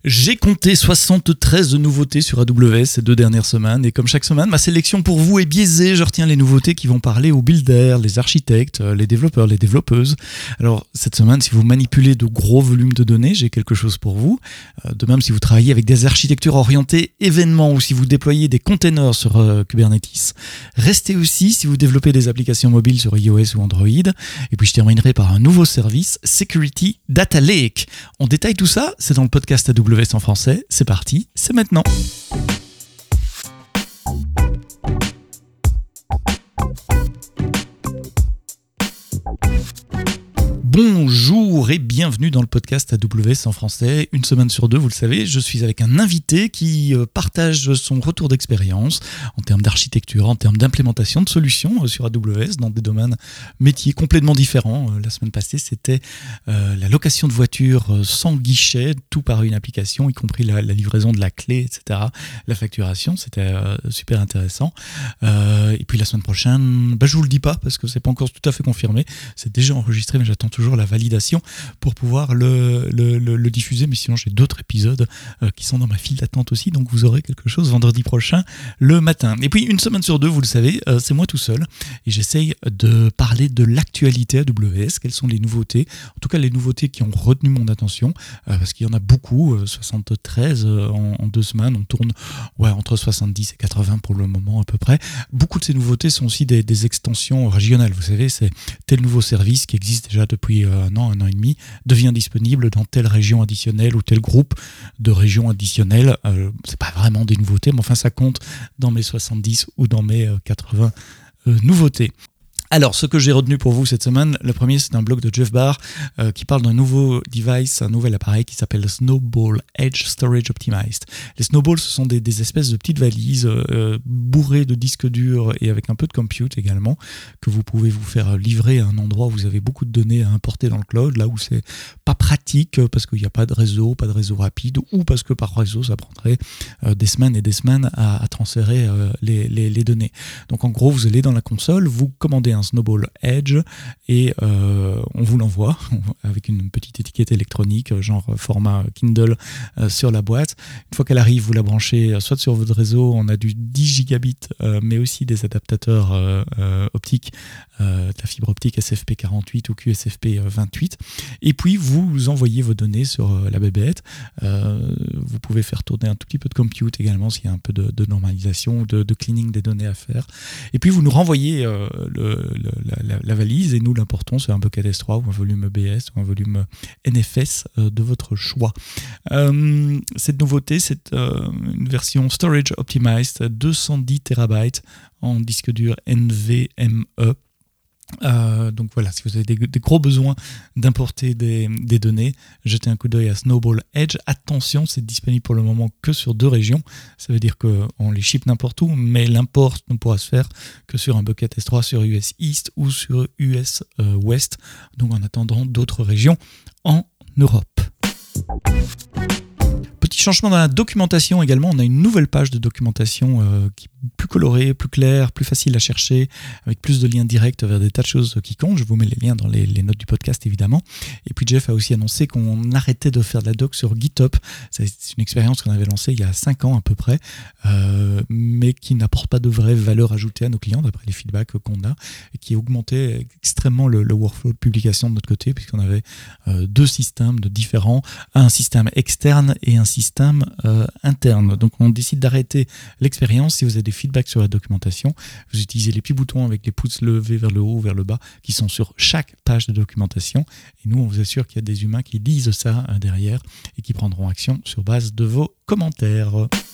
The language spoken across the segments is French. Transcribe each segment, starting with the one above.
J'ai compté 73 nouveautés sur AWS ces 2 dernières semaines et comme chaque semaine, ma sélection pour vous est biaisée. Je retiens les nouveautés qui vont parler aux builders, les architectes, les développeurs, les développeuses. Alors cette semaine, si vous manipulez de gros volumes de données, j'ai quelque chose pour vous. De même, si vous travaillez avec des architectures orientées événements ou si vous déployez des containers sur Kubernetes. Restez aussi si vous développez des applications mobiles sur iOS ou Android. Et puis je terminerai par un nouveau service, Security Data Lake. On détaille tout ça, c'est dans le podcast AWS en français. C'est parti, c'est maintenant. Bonjour et bienvenue dans le podcast AWS en français. Une semaine sur 2, vous le savez, je suis avec un invité qui partage son retour d'expérience en termes d'architecture, en termes d'implémentation de solutions sur AWS dans des domaines métiers complètement différents. La semaine passée, c'était la location de voitures sans guichet, tout par une application, y compris la livraison de la clé, etc. La facturation, c'était super intéressant. Et puis la semaine prochaine, je vous le dis pas parce que c'est pas encore tout à fait confirmé. C'est déjà enregistré, mais j'attends toujours la validation pour pouvoir le diffuser, mais sinon j'ai d'autres épisodes qui sont dans ma file d'attente aussi, donc vous aurez quelque chose vendredi prochain le matin. Et puis une semaine sur 2, vous le savez, c'est moi tout seul et j'essaye de parler de l'actualité AWS, quelles sont les nouveautés, en tout cas les nouveautés qui ont retenu mon attention, parce qu'il y en a beaucoup, 73 en 2 semaines, on tourne entre 70 et 80 pour le moment à peu près. Beaucoup de ces nouveautés sont aussi des extensions régionales, vous savez, c'est tel nouveau service qui existe déjà depuis un an et demi, devient disponible dans telle région additionnelle ou tel groupe de régions additionnelles. C'est pas vraiment des nouveautés, mais enfin ça compte dans mes 70 ou dans mes 80 nouveautés. Alors, ce que j'ai retenu pour vous cette semaine, le premier, c'est un blog de Jeff Barr qui parle d'un nouveau device, un nouvel appareil qui s'appelle le Snowball Edge Storage Optimized. Les Snowballs, ce sont des espèces de petites valises bourrées de disques durs et avec un peu de compute également, que vous pouvez vous faire livrer à un endroit où vous avez beaucoup de données à importer dans le cloud, là où c'est pas pratique parce qu'il n'y a pas de réseau rapide, ou parce que par réseau, ça prendrait des semaines et des semaines à transférer les données. Donc en gros, vous allez dans la console, vous commandez un Snowball Edge et on vous l'envoie avec une petite étiquette électronique genre format Kindle sur la boîte. Une fois qu'elle arrive, vous la branchez soit sur votre réseau, on a du 10 gigabits mais aussi des adaptateurs optiques, de la fibre optique SFP48 ou QSFP28, et puis vous envoyez vos données sur la bébête. Vous pouvez faire tourner un tout petit peu de compute également s'il y a un peu de normalisation, de cleaning des données à faire, et puis vous nous renvoyez la valise et nous l'importons sur un bucket S3 ou un volume EBS ou un volume NFS de votre choix. Cette nouveauté, c'est une version Storage Optimized 210 TB en disque dur NVMe. Donc voilà, si vous avez des gros besoins d'importer des données, jetez un coup d'œil à Snowball Edge. Attention, c'est disponible pour le moment que sur 2 régions. Ça veut dire qu'on les ship n'importe où, mais l'import ne pourra se faire que sur un bucket S3 sur US East ou sur US West. Donc en attendant d'autres régions en Europe. Petit changement dans la documentation également, on a une nouvelle page de documentation qui est plus colorée, plus claire, plus facile à chercher, avec plus de liens directs vers des tas de choses qui comptent. Je vous mets les liens dans les notes du podcast évidemment. Et puis Jeff a aussi annoncé qu'on arrêtait de faire de la doc sur GitHub. C'est une expérience qu'on avait lancée il y a 5 ans à peu près, mais qui n'apporte pas de vraie valeur ajoutée à nos clients d'après les feedbacks qu'on a, et qui augmentait extrêmement le workflow de publication de notre côté, puisqu'on avait 2 systèmes différents, un système externe et un système interne. Donc on décide d'arrêter l'expérience. Si vous avez des feedbacks sur la documentation, vous utilisez les petits boutons avec les pouces levés vers le haut ou vers le bas qui sont sur chaque page de documentation, et nous on vous assure qu'il y a des humains qui lisent ça derrière et qui prendront action sur base de vos commentaires.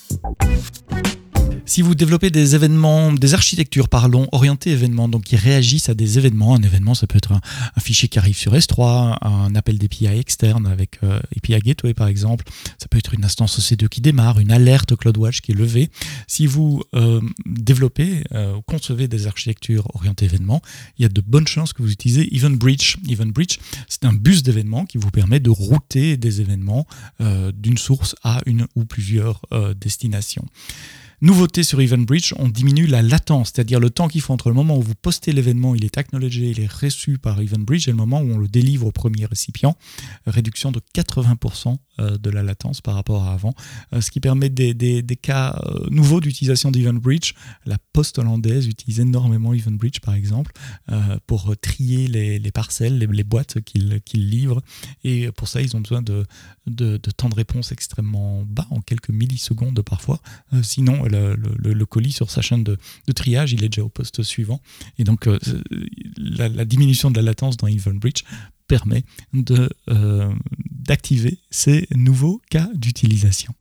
Si vous développez des événements, des architectures, orientées événements, donc qui réagissent à des événements, un événement ça peut être un fichier qui arrive sur S3, un appel d'API externe avec API Gateway par exemple, ça peut être une instance EC2 qui démarre, une alerte CloudWatch qui est levée. Si vous développez ou concevez des architectures orientées événements, il y a de bonnes chances que vous utilisez EventBridge. EventBridge, c'est un bus d'événements qui vous permet de router des événements d'une source à une ou plusieurs destinations. Nouveauté sur EventBridge, on diminue la latence, c'est-à-dire le temps qu'il faut entre le moment où vous postez l'événement, il est acknowledgé, il est reçu par EventBridge, et le moment où on le délivre au premier récipient. Réduction de 80% de la latence par rapport à avant, ce qui permet des cas nouveaux d'utilisation d'EventBridge. La Poste hollandaise utilise énormément EventBridge, par exemple, pour trier les parcelles, les boîtes qu'ils livrent, et pour ça, ils ont besoin de temps de réponse extrêmement bas, en quelques millisecondes parfois. Sinon, le colis sur sa chaîne de triage, il est déjà au poste suivant. Et donc, la diminution de la latence dans EventBridge permet d'activer ces nouveaux cas d'utilisation.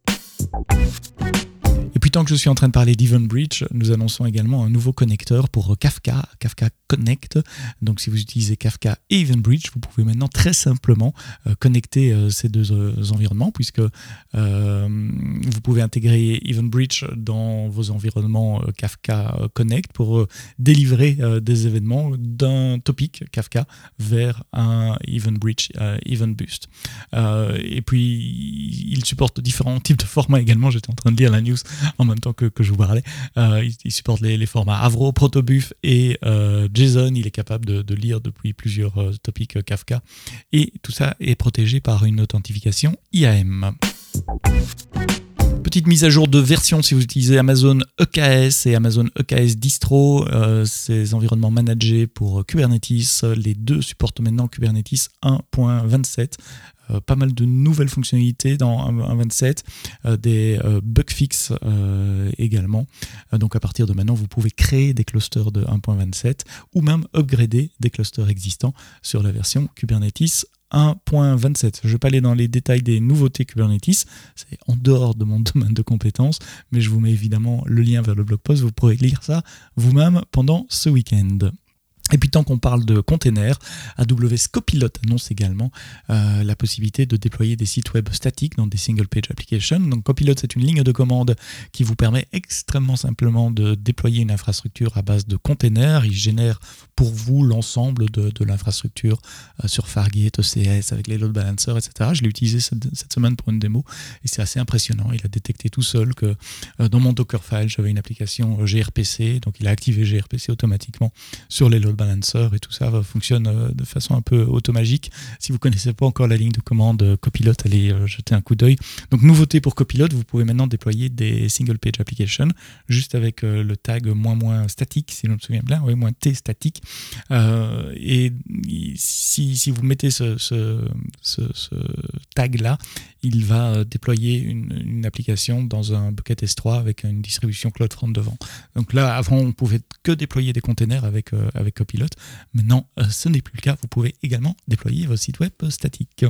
Et puis tant que je suis en train de parler d'EventBridge, nous annonçons également un nouveau connecteur pour Kafka Connect. Donc si vous utilisez Kafka et EventBridge, vous pouvez maintenant très simplement connecter ces deux environnements, puisque vous pouvez intégrer EventBridge dans vos environnements Kafka Connect pour délivrer des événements d'un topic Kafka vers un EventBridge EventBoost. Et puis il supporte différents types de formats également. J'étais en train de lire la news en même temps que je vous parlais. Il supporte les formats Avro, Protobuf et JSON. Il est capable de lire depuis plusieurs topics Kafka. Et tout ça est protégé par une authentification IAM. Petite mise à jour de version si vous utilisez Amazon EKS et Amazon EKS Distro, ces environnements managés pour Kubernetes. Les deux supportent maintenant Kubernetes 1.27. Pas mal de nouvelles fonctionnalités dans 1.27, des bug fixes également. Donc à partir de maintenant, vous pouvez créer des clusters de 1.27 ou même upgrader des clusters existants sur la version Kubernetes 1.27. Je ne vais pas aller dans les détails des nouveautés Kubernetes, c'est en dehors de mon domaine de compétences, mais je vous mets évidemment le lien vers le blog post, vous pourrez lire ça vous-même pendant ce week-end. Et puis tant qu'on parle de containers, AWS Copilot annonce également la possibilité de déployer des sites web statiques dans des single page applications. Donc Copilot, c'est une ligne de commande qui vous permet extrêmement simplement de déployer une infrastructure à base de containers. Il génère pour vous l'ensemble de l'infrastructure sur Fargate, ECS, avec les load balancers, etc. Je l'ai utilisé cette semaine pour une démo et c'est assez impressionnant. Il a détecté tout seul que dans mon Dockerfile, j'avais une application gRPC, donc il a activé gRPC automatiquement sur les load balancers et tout ça fonctionne de façon un peu automagique. Si vous ne connaissez pas encore la ligne de commande Copilot, allez jeter un coup d'œil. Donc nouveauté pour Copilot, vous pouvez maintenant déployer des single page applications juste avec le tag -- statique, si je me souviens bien, oui, -t statique. Et si vous mettez ce tag-là, il va déployer une application dans un bucket S3 avec une distribution CloudFront devant. Donc là, avant, on ne pouvait que déployer des containers avec Copilot. Maintenant, ce n'est plus le cas. Vous pouvez également déployer vos sites web statiques.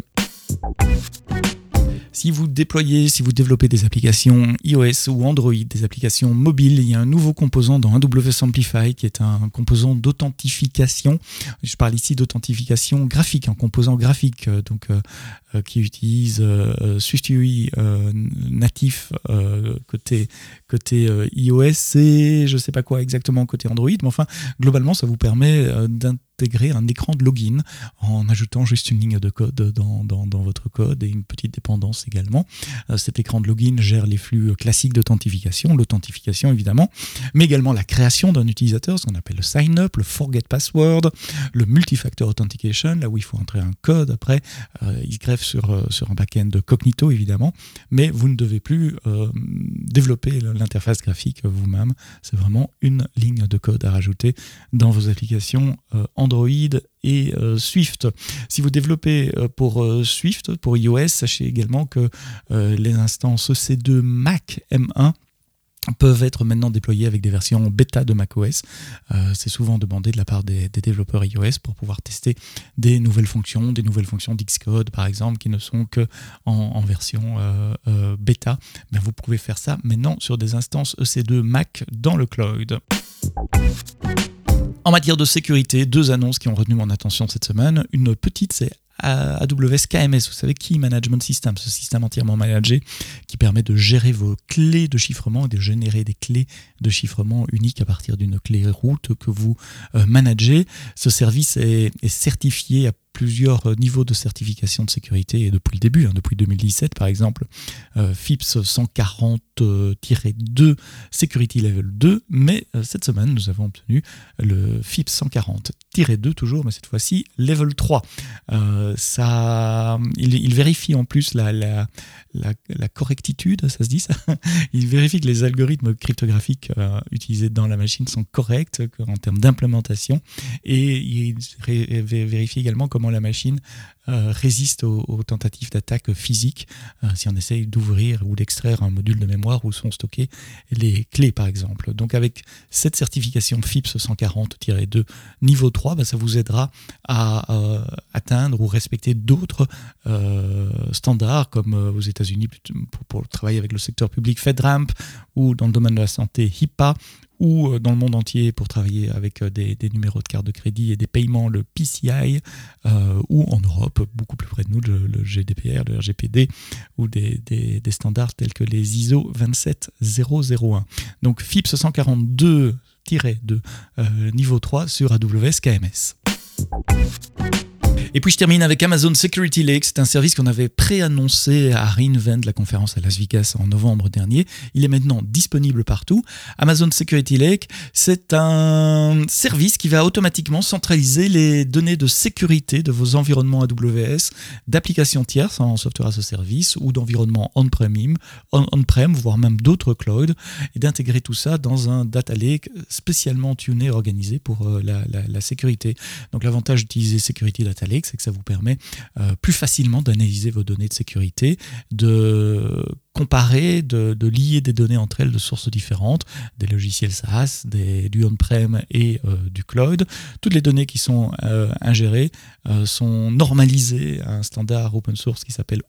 Si vous développez des applications iOS ou Android, des applications mobiles, il y a un nouveau composant dans AWS Amplify qui est un composant d'authentification. Je parle ici d'authentification graphique, un composant graphique qui utilise SwiftUI natif côté iOS et je ne sais pas quoi exactement côté Android, mais enfin, globalement, ça vous permet d'intégrer un écran de login en ajoutant juste une ligne de code dans votre code et une petite dépendance également. Cet écran de login gère les flux classiques d'authentification, l'authentification évidemment, mais également la création d'un utilisateur, ce qu'on appelle le sign-up, le forget password, le multifactor authentication, là où il faut entrer un code après, il greffe sur un back-end Cognito évidemment, mais vous ne devez plus développer l'interface graphique vous-même, c'est vraiment une ligne de code à rajouter dans vos applications Android et Swift. Si vous développez pour Swift, pour iOS, sachez également que les instances EC2 Mac M1 peuvent être maintenant déployés avec des versions bêta de macOS. C'est souvent demandé de la part des développeurs iOS pour pouvoir tester des nouvelles fonctions d'Xcode par exemple, qui ne sont que en version bêta. Ben, vous pouvez faire ça maintenant sur des instances EC2 Mac dans le cloud. En matière de sécurité, deux annonces qui ont retenu mon attention cette semaine. Une petite, c'est AWS KMS, vous savez, Key Management System, ce système entièrement managé qui permet de gérer vos clés de chiffrement et de générer des clés de chiffrement uniques à partir d'une clé route que vous managez. Ce service est certifié plusieurs niveaux de certification de sécurité et depuis le début, depuis 2017 par exemple, FIPS 140-2 Security Level 2, mais cette semaine nous avons obtenu le FIPS 140-2 toujours, mais cette fois-ci Level 3. Il vérifie en plus la correctitude, ça se dit ça. Il vérifie que les algorithmes cryptographiques utilisés dans la machine sont corrects en termes d'implémentation, et il vérifie également comment la machine résiste aux tentatives d'attaque physique si on essaye d'ouvrir ou d'extraire un module de mémoire où sont stockées les clés par exemple. Donc avec cette certification FIPS 140-2 niveau 3, ça vous aidera à atteindre ou respecter d'autres standards comme aux États-Unis pour travailler avec le secteur public FedRAMP, ou dans le domaine de la santé HIPAA, ou dans le monde entier pour travailler avec des numéros de carte de crédit et des paiements, le PCI, ou en Europe, beaucoup plus près de nous, le GDPR, le RGPD, ou des standards tels que les ISO 27001. Donc FIPS 142-2 niveau 3 sur AWS KMS. Et puis je termine avec Amazon Security Lake. C'est un service qu'on avait préannoncé à re:Invent, la conférence à Las Vegas en novembre dernier. Il est maintenant disponible partout. Amazon Security Lake, c'est un service qui va automatiquement centraliser les données de sécurité de vos environnements AWS, d'applications tierces en software as a service ou d'environnements on-prem, voire même d'autres clouds, et d'intégrer tout ça dans un data lake spécialement tuné et organisé pour la sécurité. Donc l'avantage d'utiliser Security Data Lake, c'est que ça vous permet plus facilement d'analyser vos données de sécurité, de comparer, de lier des données entre elles de sources différentes, des logiciels SaaS, du on-prem et du cloud. Toutes les données qui sont ingérées sont normalisées à un standard open source qui s'appelle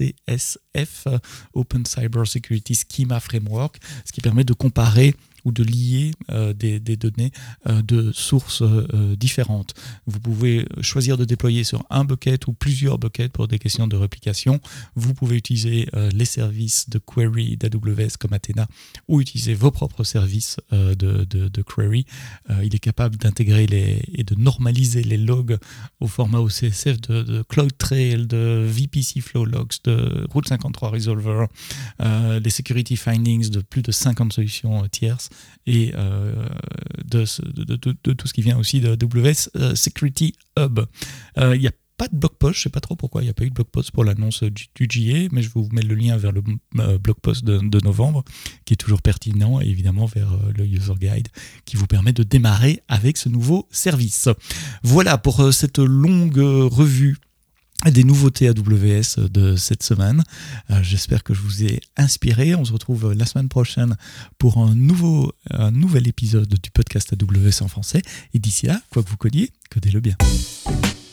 OCSF, Open Cyber Security Schema Framework, ce qui permet de comparer ou de lier des données de sources différentes. Vous pouvez choisir de déployer sur un bucket ou plusieurs buckets pour des questions de réplication. Vous pouvez utiliser les services de query d'AWS comme Athena, ou utiliser vos propres services de query. Il est capable d'intégrer et de normaliser les logs au format OCSF de CloudTrail, de VPC Flow Logs, de Route 53 Resolver, les security findings de plus de 50 solutions tierces, et de tout ce qui vient aussi de AWS Security Hub. Il n'y a pas de blog post, je ne sais pas trop pourquoi il n'y a pas eu de blog post pour l'annonce du GA, mais je vais vous mettre le lien vers le blog post de novembre, qui est toujours pertinent, et évidemment vers le user guide qui vous permet de démarrer avec ce nouveau service. Voilà pour cette longue revue des nouveautés AWS de cette semaine. J'espère que je vous ai inspiré. On se retrouve la semaine prochaine pour un nouvel épisode du podcast AWS en français. Et d'ici là, quoi que vous codiez, codez-le bien.